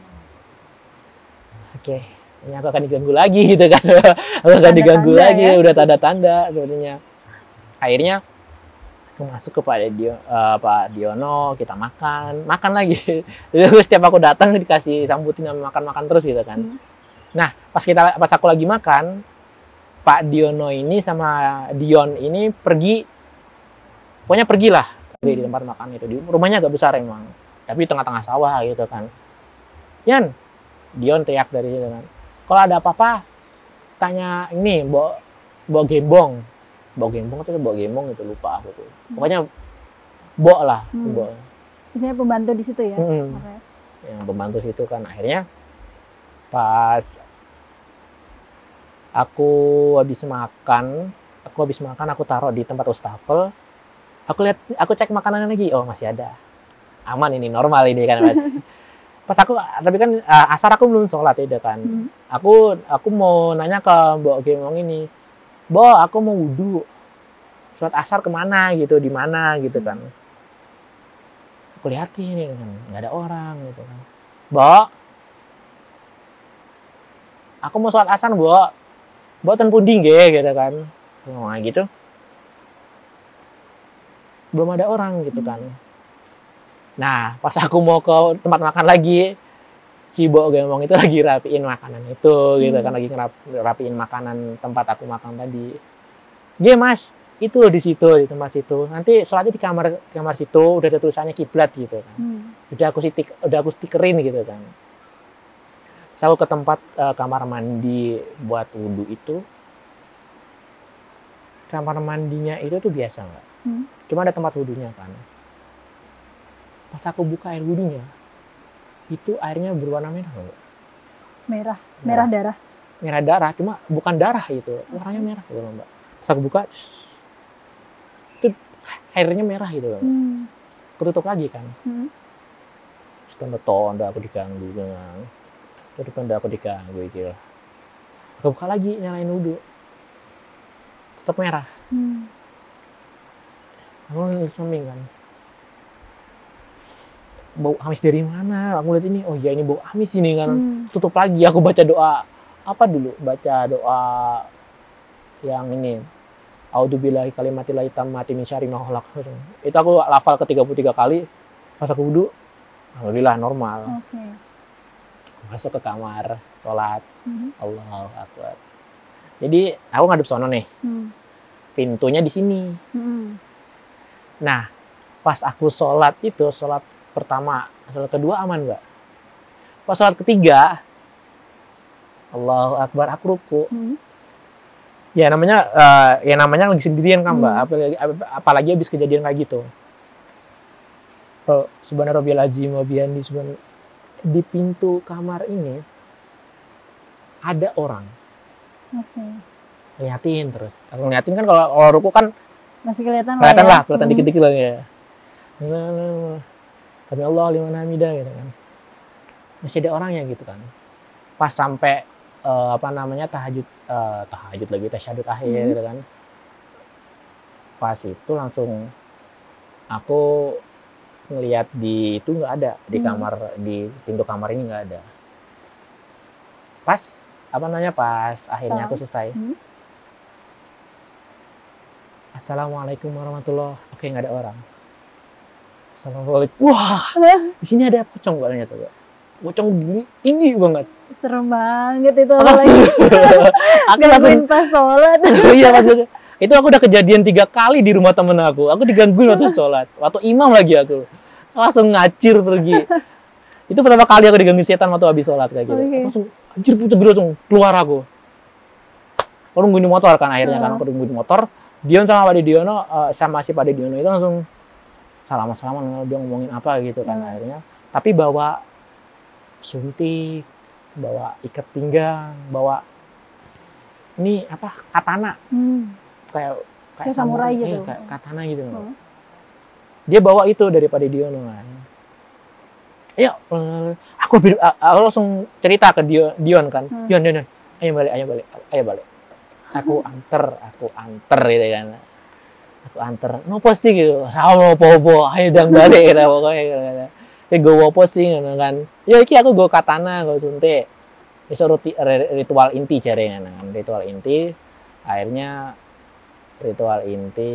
Oke, ini aku akan diganggu lagi gitu kan. Aku akan tanda diganggu lagi, ya? Udah tanda-tanda sebenarnya. Akhirnya aku masuk ke Pak Dio, uh, Pak Diono, kita makan, makan lagi. Jadi setiap aku datang dikasih sambutin sama makan-makan terus gitu kan. Hmm. Nah, pas kita pas aku lagi makan, Pak Diono ini sama Dion ini pergi, pokoknya pergilah hmm. di tempat makan itu. Di rumahnya agak besar emang. Tapi di tengah-tengah sawah gitu kan. Yan, Dion teriak dari situ kan. Kalau ada apa-apa, tanya ini, Bo, Bo Gembong. Bo Gembong atau Bo Gembong itu lupa aku tuh. Pokoknya Bo lah. Hmm. Bo. Biasanya pembantu di situ ya? Hmm. Okay. Yang pembantu situ kan. Akhirnya pas aku habis makan, aku habis makan, aku taruh di tempat wastafel. Aku lihat, aku cek makanannya lagi. Oh masih ada. Aman ini, normal ini kan. Pas aku, tapi kan uh, asar aku belum sholat ya kan. Hmm. Aku aku mau nanya ke Mbak Gemong ini, Bo, aku mau wudhu. Sholat asar kemana gitu, di mana gitu kan. Aku lihatin ini kan, nggak ada orang gitu kan. Bo, aku mau sholat asar, Bo. Bo ten puding gitu kan. Ngomong gitu. Belum ada orang gitu kan. Nah, pas aku mau ke tempat makan lagi, si Bo Gemong itu lagi rapiin makanan itu, gitu hmm. kan, lagi rapiin makanan tempat aku makan tadi. Dia Mas, itu di situ, di tempat situ. Nanti sholatnya di kamar kamar situ, udah ada tulisannya kiblat gitu kan. Hmm. Udah aku stik, udah aku stikerin gitu kan. Terus aku ke tempat uh, kamar mandi buat wudhu itu. Kamar mandinya itu tuh biasa nggak? Hmm. Cuma ada tempat wudhunya kan. Pas aku buka air wudhunya, itu airnya berwarna merah loh. Merah, merah darah. Merah darah, cuma bukan darah itu, warnanya merah gitu loh Mbak. Pas aku buka, itu airnya merah gitu loh. Hmm. Ketutup lagi kan. Hmm. Terus tanda-tanda aku diganggu kan. Terus tanda aku diganggu gitu. Aku buka lagi, nyalain wudhu. Tetap merah. Hmm. Aku ngomong kan. Bau amis dari mana? Aku lihat ini, oh ya ini bau amis ini kan. Hmm. Tutup lagi, aku baca doa apa dulu? Baca doa yang ini. A'udzubillahi kalimatillahi tammati min syarri ma khalaq. Itu aku lafal ke tiga puluh tiga kali. Pas aku wudhu, alhamdulillah normal. Okay. Masuk ke kamar, sholat. Hmm. Allahu Akbar. Jadi aku ngadep sono nih. Hmm. Pintunya di sini. Hmm. Nah, pas aku sholat itu, sholat pertama, sholat kedua aman nggak? Pas sholat ketiga, Allahu Akbar, aku ruku. Hmm. Ya namanya uh, ya namanya lagi sendirian kan mbak, Hmm. apalagi, apalagi habis kejadian kayak gitu. Oh, Subhanallahirobbilazim wa bihamdi subhan- di pintu kamar ini ada orang Oke. ngeliatin terus. Aku ngeliatin kan kalau kalau ruku kan Masih kelihatan lah kelihatan ya. lah, kelihatan Hmm. dikit-dikit lah ya. Kami Allah liman hamidah gitu kan. Masih ada orangnya gitu kan. Pas sampai eh, apa namanya tahajud eh, tahajud lagi tasyahud akhir Hmm. gitu kan. Pas itu langsung aku ngelihat di itu nggak ada di Hmm. kamar, di pintu kamar ini nggak ada. Pas apa namanya pas akhirnya Salam. aku selesai. Hmm. Assalamualaikum warahmatullahi. Oke, nggak ada orang. Assalamualaikum. Wah, di sini ada pocong mbak ternyata mbak. Pocong gini tinggi banget. Serem banget itu Aku apalagi aku langsung gangguin pas sholat. iya pas itu aku udah kejadian tiga kali di rumah temen aku. Aku digangguin waktu sholat. Waktu imam lagi aku. Langsung ngacir pergi. Itu pertama kali aku digangguin setan waktu habis sholat kayak gitu. Oke. Aku langsung anjir putus gitu langsung keluar aku. Aku nungguin di motor kan akhirnya kan Hmm. aku nungguin di motor. Dion sama Pak Diono uh, sama si Pak Diono itu langsung salaman-salaman dia ngomongin apa gitu kan Hmm. akhirnya. Tapi bawa suntik, bawa ikat pinggang, bawa ini apa katana Hmm. kayak Kayak samurai gitu. iya, kayak katana gitu. Hmm. Dia bawa itu daripada Diono kan. Ayo, eh, aku, bil- a- aku langsung cerita ke Dion, Dion kan. Hmm. Dion, Dion, Dion, ayo balik, ayo balik, ayo balik. Aku anter, aku anter gitu kan. Aku anter, nopo sih gitu. Sama nopo-nopo, ayo dang balik gitu pokoknya gitu kan. Ya gue wopo sih gitu kan. Ya iki aku gue katana, gue suntik. Itu ritual inti jaringan kan. Ritual inti, akhirnya ritual inti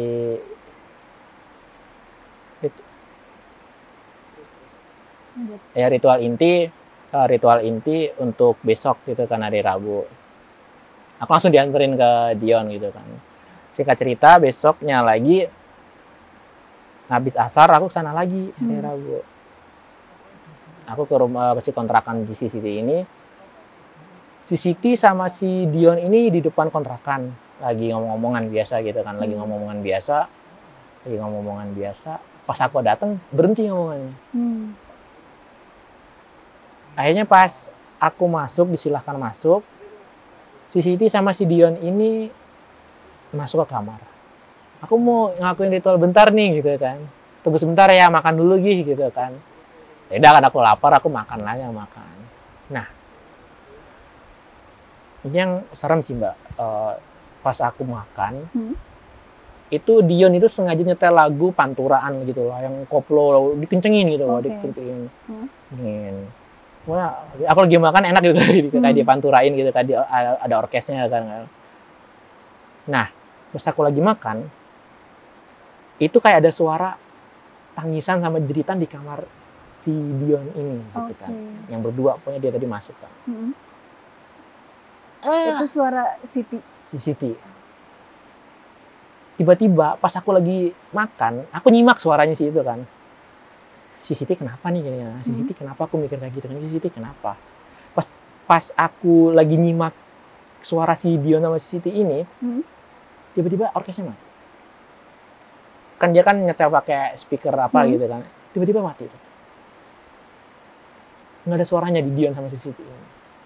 ya ritual inti uh, ritual inti untuk besok gitu kan hari Rabu. Aku langsung dianterin ke Dion gitu kan. Singkat cerita besoknya lagi habis asar aku kesana lagi hari Hmm. Rabu. Aku ke rumah ke si kontrakan di si Siti ini. Si Siti sama si Dion ini di depan kontrakan lagi ngomong-ngomongan biasa gitu kan, lagi Hmm. ngomong-ngomongan biasa, lagi ngomong-ngomongan biasa. Pas aku datang berhenti ngomongannya. Hmm. Akhirnya pas aku masuk, disilahkan masuk, si Siti sama si Dion ini masuk ke kamar. Aku mau ngakuin ritual bentar nih gitu kan. Tunggu sebentar ya, makan dulu gitu kan. Ya udah kan aku lapar, aku makan lah ya makan. Nah, ini yang serem sih mbak. Eh, pas aku makan, Hmm. itu Dion itu sengaja nyetel lagu panturaan gitu loh, yang koplo dikencengin gitu loh, Oke. dikencengin. Hmm. Dingin. Wah, aku lagi makan enak gitu kayak Hmm. dia panturain gitu tadi ada orkesnya kan. Nah, pas aku lagi makan itu kayak ada suara tangisan sama jeritan di kamar si Dion ini gitu kan. Oke. Yang berdua pokoknya dia tadi masuk kan. Hmm. Eh, Itu suara Siti. si Siti. Tiba-tiba pas aku lagi makan, aku nyimak suaranya si itu kan. Si Siti kenapa nih kayaknya? Si Hmm. Siti kenapa aku mikir kayak gitu kan? Si Siti kenapa? Pas pas aku lagi nyimak suara si Dion sama si Siti ini, Hmm. tiba-tiba orkesnya mati. Kan dia kan nyetel pakai speaker apa Hmm. gitu kan. Tiba-tiba mati. Nggak ada suaranya di Dion sama si Siti ini.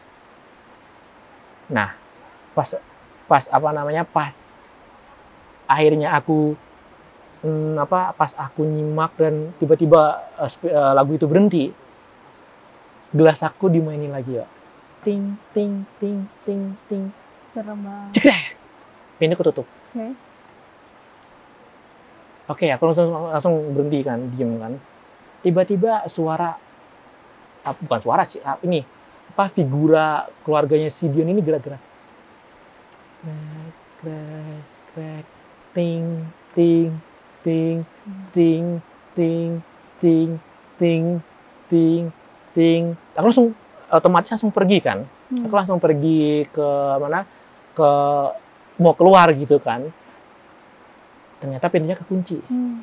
Nah, pas pas apa namanya? Pas akhirnya aku Hmm, apa pas aku nyimak dan tiba-tiba uh, sp- uh, lagu itu berhenti, gelas aku dimainin lagi ya, ting ting ting ting ting, Serem banget. cekrek, pintu ketutup. Oke. Oke, aku langsung langsung berhenti kan, diem kan. Tiba-tiba suara, ah, bukan suara sih, ah, ini apa figura keluarganya si Dion ini gerak-gerak, krek krek krek, ting ting ting ting ting ting ting ting ting. Aku langsung otomatis langsung pergi kan. Hmm. Aku langsung pergi ke mana? Ke mau keluar gitu kan. Ternyata pintunya kekunci. Hmm.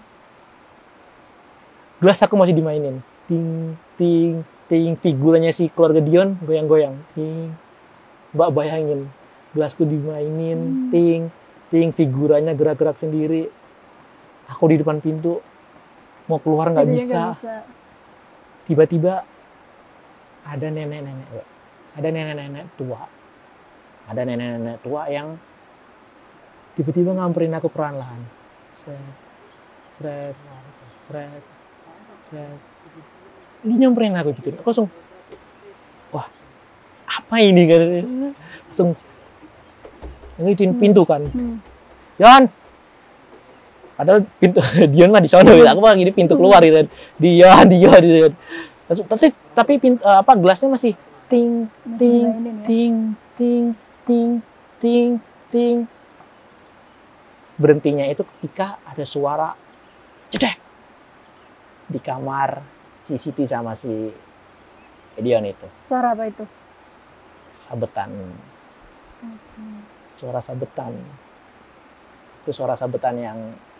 Gelas aku masih dimainin. Ting ting ting, figuranya si keluarga Dion goyang-goyang. Ting. Mbak bayangin gelasku dimainin, Hmm. ting, ting, figurannya gerak-gerak sendiri. Aku di depan pintu, mau keluar nggak Jadinya bisa. nggak bisa. Tiba-tiba ada nenek-nenek, Mbak. Ada nenek-nenek tua. Ada nenek-nenek tua yang tiba-tiba ngamperin aku perlahan-lahan. Sret, sret, sret, sret. Dia nyamperin aku gitu. Aku langsung, wah, apa ini kan? Langsung ngeliatin Hmm. pintu kan. Hmm. Yon. Padahal pintu Dion mah di sono gitu. Aku mah gini pintu keluar gitu. Dion, Dion gitu. Langsung, tapi tapi pintu, apa gelasnya masih ting Masih ting dimainin ya? ting ting ting ting ting. Berhentinya itu ketika ada suara jedek di kamar si Siti sama si Dion itu. Suara apa itu? Sabetan. Okay. Suara sabetan. Itu suara sabetan yang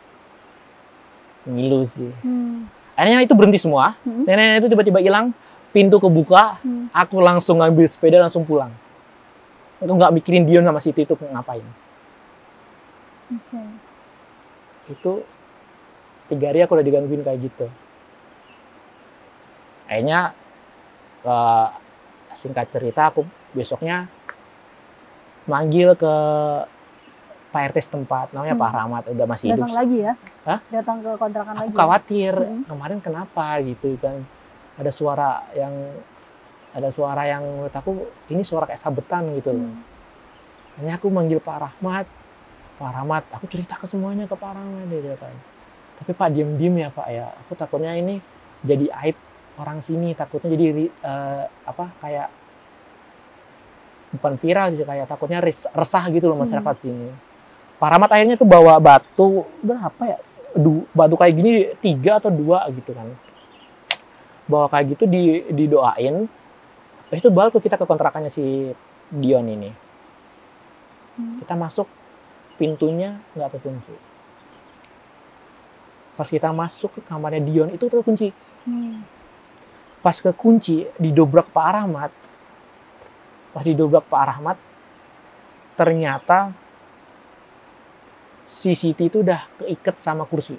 ngilu sih. Hmm. Akhirnya itu berhenti semua. Hmm. Nenek itu tiba-tiba hilang, pintu kebuka, Hmm. aku langsung ngambil sepeda langsung pulang. Aku nggak mikirin Dion sama Siti itu ngapain. Okay. Itu tiga hari aku udah digangguin kayak gitu. Akhirnya uh, singkat cerita aku besoknya manggil ke Pak R T setempat, namanya Hmm. Pak Rahmat, udah masih hidup. Datang lagi ya? Hah? Datang ke kontrakan Aku lagi. khawatir, Hmm. kemarin kenapa gitu kan. Ada suara yang ada suara yang menurut aku ini suara kayak sabetan gitu loh. Hmm. Hanya aku manggil Pak Rahmat, Pak Rahmat, aku cerita ke semuanya ke Pak Rahmat dia kan. Tapi Pak diem-diem ya Pak ya, aku takutnya ini jadi aib orang sini, takutnya jadi uh, apa kayak bukan viral sih, kayak takutnya res, resah gitu loh masyarakat hmm. sini. Pak Rahmat akhirnya tuh bawa batu berapa ya, du, batu kayak gini tiga atau dua gitu kan, bawa kayak gitu di didoain. Terus itu balik kita ke kontrakannya si Dion ini. Hmm. Kita masuk, pintunya nggak terkunci. Pas kita masuk ke kamarnya Dion itu terkunci. Hmm. Pas kekunci, didobrak Pak Rahmat. Pas didobrak Pak Rahmat, ternyata si Siti itu udah keikat sama kursi.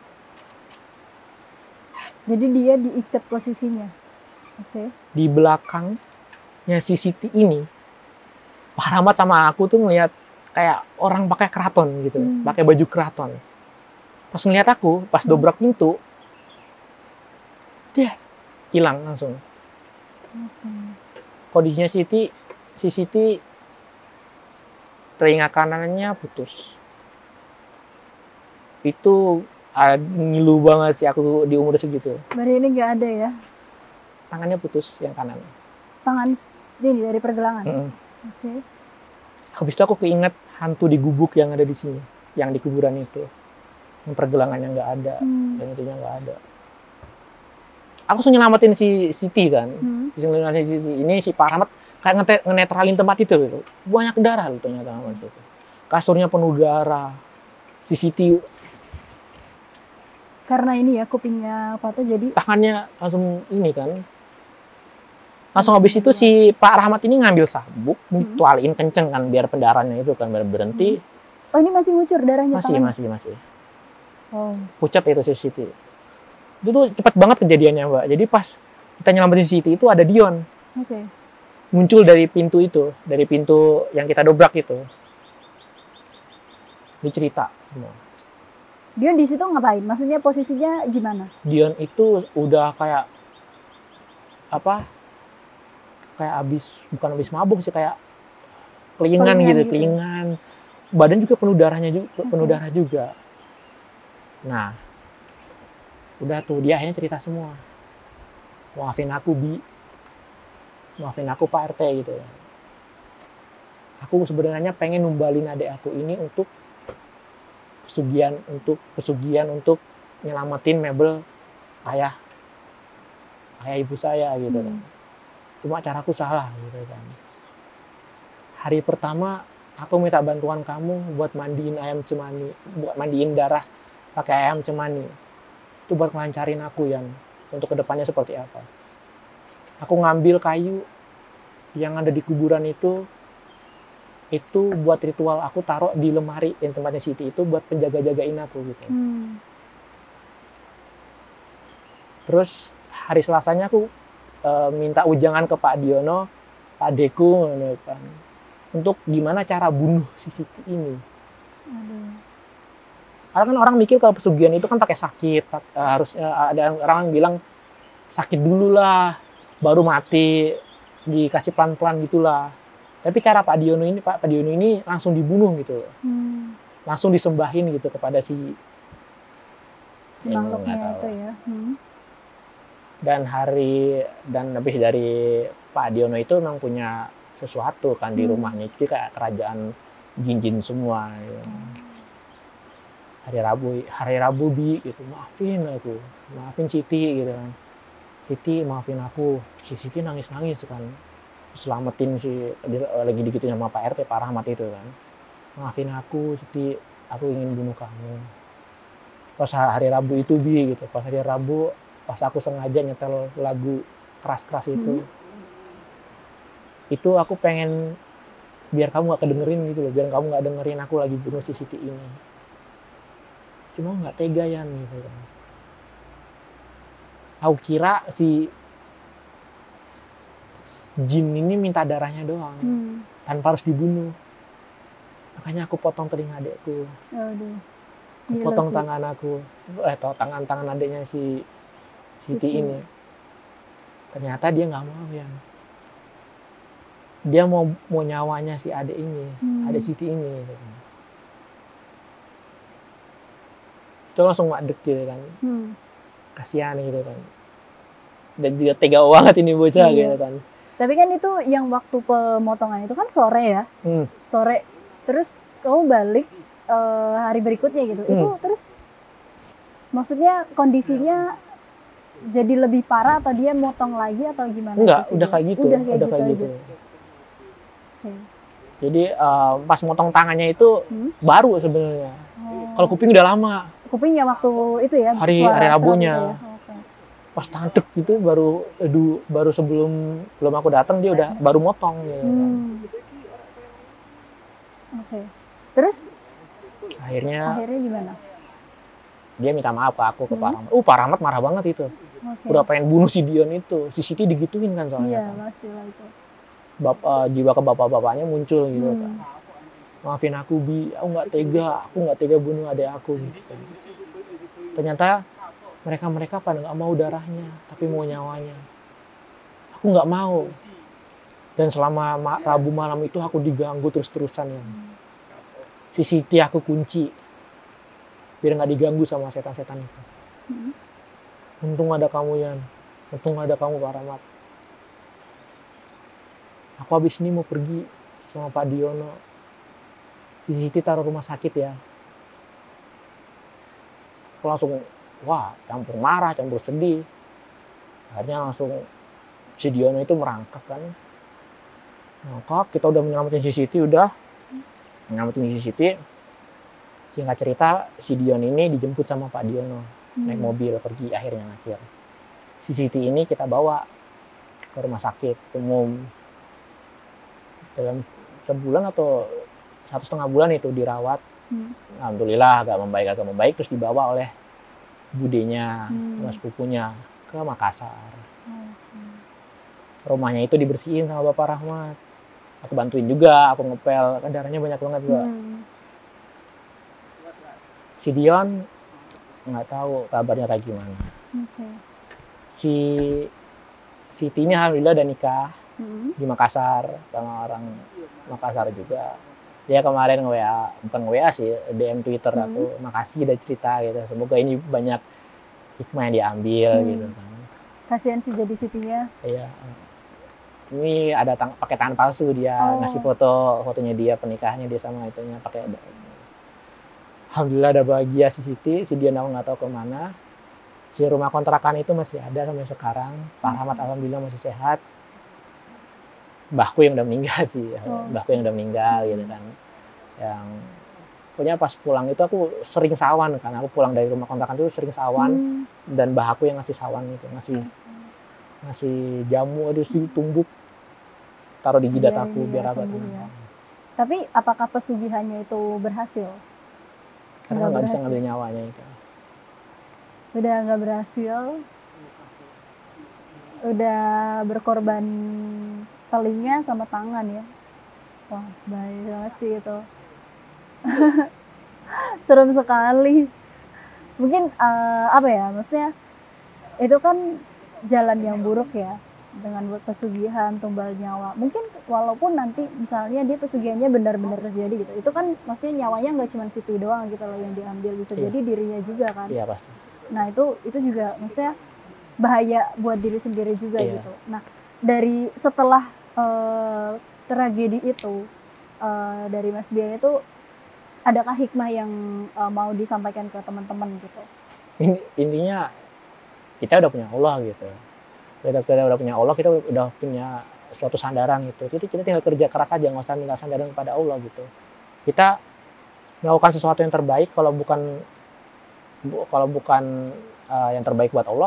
Jadi dia diikat posisinya. Oke. Okay. Di belakangnya si Siti ini, Pak Rahmat sama aku tuh ngeliat kayak orang pakai keraton gitu, hmm. pakai baju keraton. Pas ngeliat aku, pas dobrak pintu, dia hilang langsung. Okay. Kondisinya Siti, si Siti telinga kanannya putus. Itu uh, ngilu banget sih aku di umur segitu. Berarti ini nggak ada ya? Tangannya putus yang kanan. Tangan ini dari pergelangan? Mm-hmm. Oke. Okay. Habis itu aku keinget hantu di gubuk yang ada di sini, yang di kuburan itu. Yang pergelangannya nggak ada, hmm. dan itunya nggak ada. Aku langsung nyelamatin si Siti kan. Hmm. Si Siti ini si Pak Rahmat kayak ngenetralin tempat itu gitu. Banyak darah loh ternyata sama itu. Kasurnya penuh darah. Si Siti karena ini ya kupingnya patah jadi tangannya langsung ini kan. Langsung habis itu si Pak Rahmat ini ngambil sabuk, hmm. tualin kenceng kan biar pendarahannya itu kan biar berhenti. Hmm. Oh ini masih ngucur darahnya? Masih, tangan? masih, masih. Oh. Pucat itu si Siti. Itu tuh cepat banget kejadiannya Mbak. Jadi pas kita nyelamatin Siti itu ada Dion. Oke. Okay. Muncul dari pintu itu, dari pintu yang kita dobrak itu. Dia cerita semua. Dion di situ ngapain? Maksudnya posisinya gimana? Dion itu udah kayak apa? Kayak abis, bukan abis mabuk sih, kayak kelingan gitu, gitu, kelingan. Badan juga penuh darahnya juga, okay. penuh darah juga. Nah, udah tuh dia akhirnya cerita semua. Maafin aku Bi, maafin aku Pak R T gitu. Aku sebenarnya pengen numbalin adik aku ini untuk pesugihan, untuk pesugihan untuk nyelamatin mebel ayah, ayah ibu saya gitu. Hmm. Cuma caraku salah gitu kan. Hari pertama aku minta bantuan kamu buat mandiin ayam cemani, buat mandiin darah pakai ayam cemani. Itu buat ngelancarin aku yang untuk kedepannya seperti apa. Aku ngambil kayu yang ada di kuburan itu, itu buat ritual, aku taruh di lemari yang tempatnya Siti itu buat penjaga-jagain aku gitu. Hmm. Terus hari Selasanya aku e, minta ujangan ke Pak Diono, Pak Deku, kan, untuk gimana cara bunuh si Siti ini. Aduh. Karena kan orang mikir kalau pesugihan itu kan pakai sakit, e, harus e, ada orang yang bilang sakit dulu lah, baru mati, dikasih pelan-pelan gitulah. Tapi cara Pak Diono ini, Pak, Pak Diono ini langsung dibunuh gitu loh. Hmm. Langsung disembahin gitu kepada si Si makhluknya itu ya. Hmm. Dan hari dan lebih dari Pak Diono itu memang punya sesuatu kan di Hmm. rumahnya, itu kayak kerajaan jin-jin semua gitu. Hari Rabu, hari Rabu Bi gitu, maafin aku, maafin Siti gitu kan. Siti maafin aku, si Siti nangis-nangis kan. Selamatin si lagi digituin sama Pak R T, Pak Rahmat itu kan. Maafin aku, Siti, aku ingin bunuh kamu. Pas hari Rabu itu Bi gitu, pas hari Rabu pas aku sengaja nyetel lagu keras-keras itu. Hmm. Itu aku pengen biar kamu gak kedengerin gitu loh, biar kamu gak dengerin aku lagi bunuh si Siti ini. Cuma gak tega ya gitu kan. Aku kira si jin ini minta darahnya doang, hmm. tanpa harus dibunuh. Makanya aku potong telinga adekku. Aduh. Aku potong sih tangan aku, eh tangan-tangan adeknya si Siti Siti ini. Ternyata dia nggak mau ya. Dia mau mau nyawanya si adek ini, hmm. adek Siti ini. Itu langsung madek gitu kan. Hmm. Kasihan gitu kan. Dan juga tega banget ini bocah iya. gitu kan. Tapi kan itu yang waktu pemotongan itu kan sore ya, hmm. sore. Terus kamu balik uh, hari berikutnya gitu. Hmm. Itu terus maksudnya kondisinya jadi lebih parah atau dia motong lagi atau gimana? Enggak, udah kayak gitu. Udah kayak udah gitu. Kayak gitu. Okay. Jadi uh, pas motong tangannya itu hmm? baru sebenarnya. Oh. Kalau kuping udah lama. Kupingnya waktu itu ya. Hari hari Rabunya. Pas tantek gitu baru aduh, baru sebelum belum aku datang dia udah baru motong gitu kan. Hmm. Oke. Okay. Terus akhirnya akhirnya gimana? Dia minta maaf ke aku, ke hmm. Pak Rahmat. Uh, Pak Rahmat marah banget itu. Okay. Udah pengen bunuh si Dion itu. Si Siti digituin kan soalnya. Iya, kan. pastilah itu. Bap, uh, jiwa ke bapak-bapaknya muncul gitu hmm. kan. Maafin aku Bi, aku nggak tega, aku nggak tega bunuh adik aku gitu kan. Ternyata mereka-mereka pada nggak mau darahnya, tapi mau nyawanya. Aku nggak mau. Dan selama ma- Rabu malam itu aku diganggu terus-terusan ya. Si Siti aku kunci, biar nggak diganggu sama setan-setan itu. Hmm. Untung ada kamu Yan, untung ada kamu Pak Rahmat. Aku habis ini mau pergi sama Pak Diono. Si Siti taruh rumah sakit ya. Aku langsung wah, campur marah, campur sedih. Akhirnya langsung si Diono itu merangkak kan. Merangkak, kita udah menyelamatin si Siti, udah. Menyelamatin si Siti. Singkat cerita, si Dion ini dijemput sama Pak Diono. Hmm. Naik mobil, pergi akhirnya akhir. Si Siti ini kita bawa ke rumah sakit umum. Dalam sebulan atau satu setengah bulan itu dirawat. Hmm. Alhamdulillah agak membaik, agak membaik. Terus dibawa oleh budenya, hmm. mas sepupunya ke Makassar. Hmm. Rumahnya itu dibersihin sama Bapak Rahmat. Aku bantuin juga, aku ngepel, kan darahnya banyak banget juga. Hmm. Si Dion nggak tahu kabarnya kayak gimana. Okay. Si Siti ini alhamdulillah udah nikah hmm. di Makassar sama orang Makassar juga. Dia kemarin nge-W A, bukan nge-W A sih, D M Twitter hmm. aku, makasih udah cerita gitu. Semoga ini banyak hikmah yang diambil hmm. gitu kan. Kasihan sih jadi Sitinya. Iya. Ini ada tang- pakai tangan palsu dia, oh. ngasih foto, fotonya dia pernikahannya dia sama itunya pakai. Alhamdulillah ada bahagia si Siti, si dia nggak tahu kemana. Si rumah kontrakan itu masih ada sampai sekarang. Pak Rahmat hmm. alhamdulillah masih sehat. Mbahku yang udah meninggal sih, oh. mbahku yang udah meninggal gitu kan. Yang pokoknya pas pulang itu aku sering sawan kan, aku pulang dari rumah kontrakan itu sering sawan hmm. dan mbahku yang ngasih sawan itu, ngasih ngasih jamu itu sih tumbuk, taruh di jidat ya, aku ya, biar apa ya. Tapi apakah pesugihannya itu berhasil? Karena nggak bisa berhasil. ngambil nyawanya itu. Udah nggak berhasil, udah berkorban telinga sama tangan ya. Wah, bahaya banget sih itu. Serem sekali. Mungkin uh, apa ya, maksudnya itu kan jalan yang buruk ya, dengan buat pesugihan, tumbal nyawa. Mungkin walaupun nanti misalnya dia pesugihannya benar-benar terjadi gitu, itu kan maksudnya nyawanya nggak cuma situ doang gitu loh yang diambil, bisa Iya. jadi dirinya juga kan. Iya pasti. Nah itu itu juga maksudnya bahaya buat diri sendiri juga Iya. gitu. Nah dari setelah uh, tragedi itu uh, dari Mas Bian itu, adakah hikmah yang uh, mau disampaikan ke teman-teman gitu? Ini, intinya kita udah punya Allah gitu. Kita, kita udah punya Allah, kita udah punya suatu sandaran gitu. Jadi kita tinggal kerja keras aja, nggak usah minta sandaran kepada Allah gitu. Kita melakukan sesuatu yang terbaik, kalau bukan kalau bukan uh, yang terbaik buat Allah,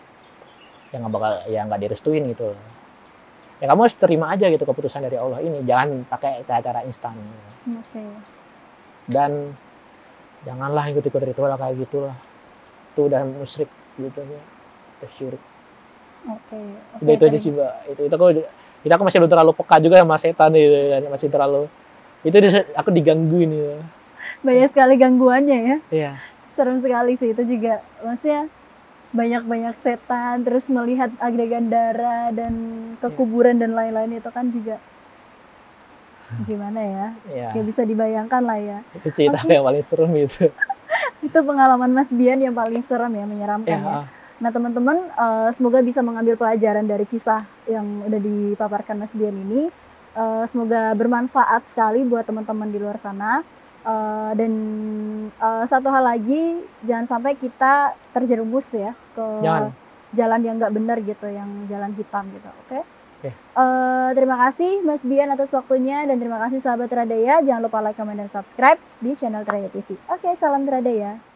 ya nggak bakal, ya nggak direstuin gitu. Ya kamu harus terima aja gitu keputusan dari Allah ini, jangan pakai cara-cara instan. Oke. Okay. Dan janganlah ikut-ikut ritual kayak gitulah. Itu udah musyrik gitu ya. Itu syirik. Oke. Okay. Okay, Udah itu aja sih, Mbak. Itu itu aku itu aku masih belum terlalu peka juga sama setan gitu kan. Masih terlalu itu aku digangguin gitu. Banyak sekali gangguannya ya. Iya. Serem sekali sih itu juga. Maksudnya banyak-banyak setan, terus melihat adegan darah dan kekuburan dan lain-lain, itu kan juga gimana ya, ya. Gak bisa dibayangkan lah ya. Itu cerita okay. yang paling serem itu. Itu pengalaman Mas Bian yang paling serem ya, menyeramkan ya, ya. Nah teman-teman, uh, semoga bisa mengambil pelajaran dari kisah yang udah dipaparkan Mas Bian ini. uh, Semoga bermanfaat sekali buat teman-teman di luar sana. Uh, dan uh, satu hal lagi, jangan sampai kita terjerumus ya ke jangan. jalan yang nggak benar gitu, yang jalan hitam gitu, oke? Okay? Okay. Uh, terima kasih Mas Bian atas waktunya, dan terima kasih sahabat Tradaya. Jangan lupa like, comment, dan subscribe di channel Tradaya T V. Oke, okay, salam Tradaya.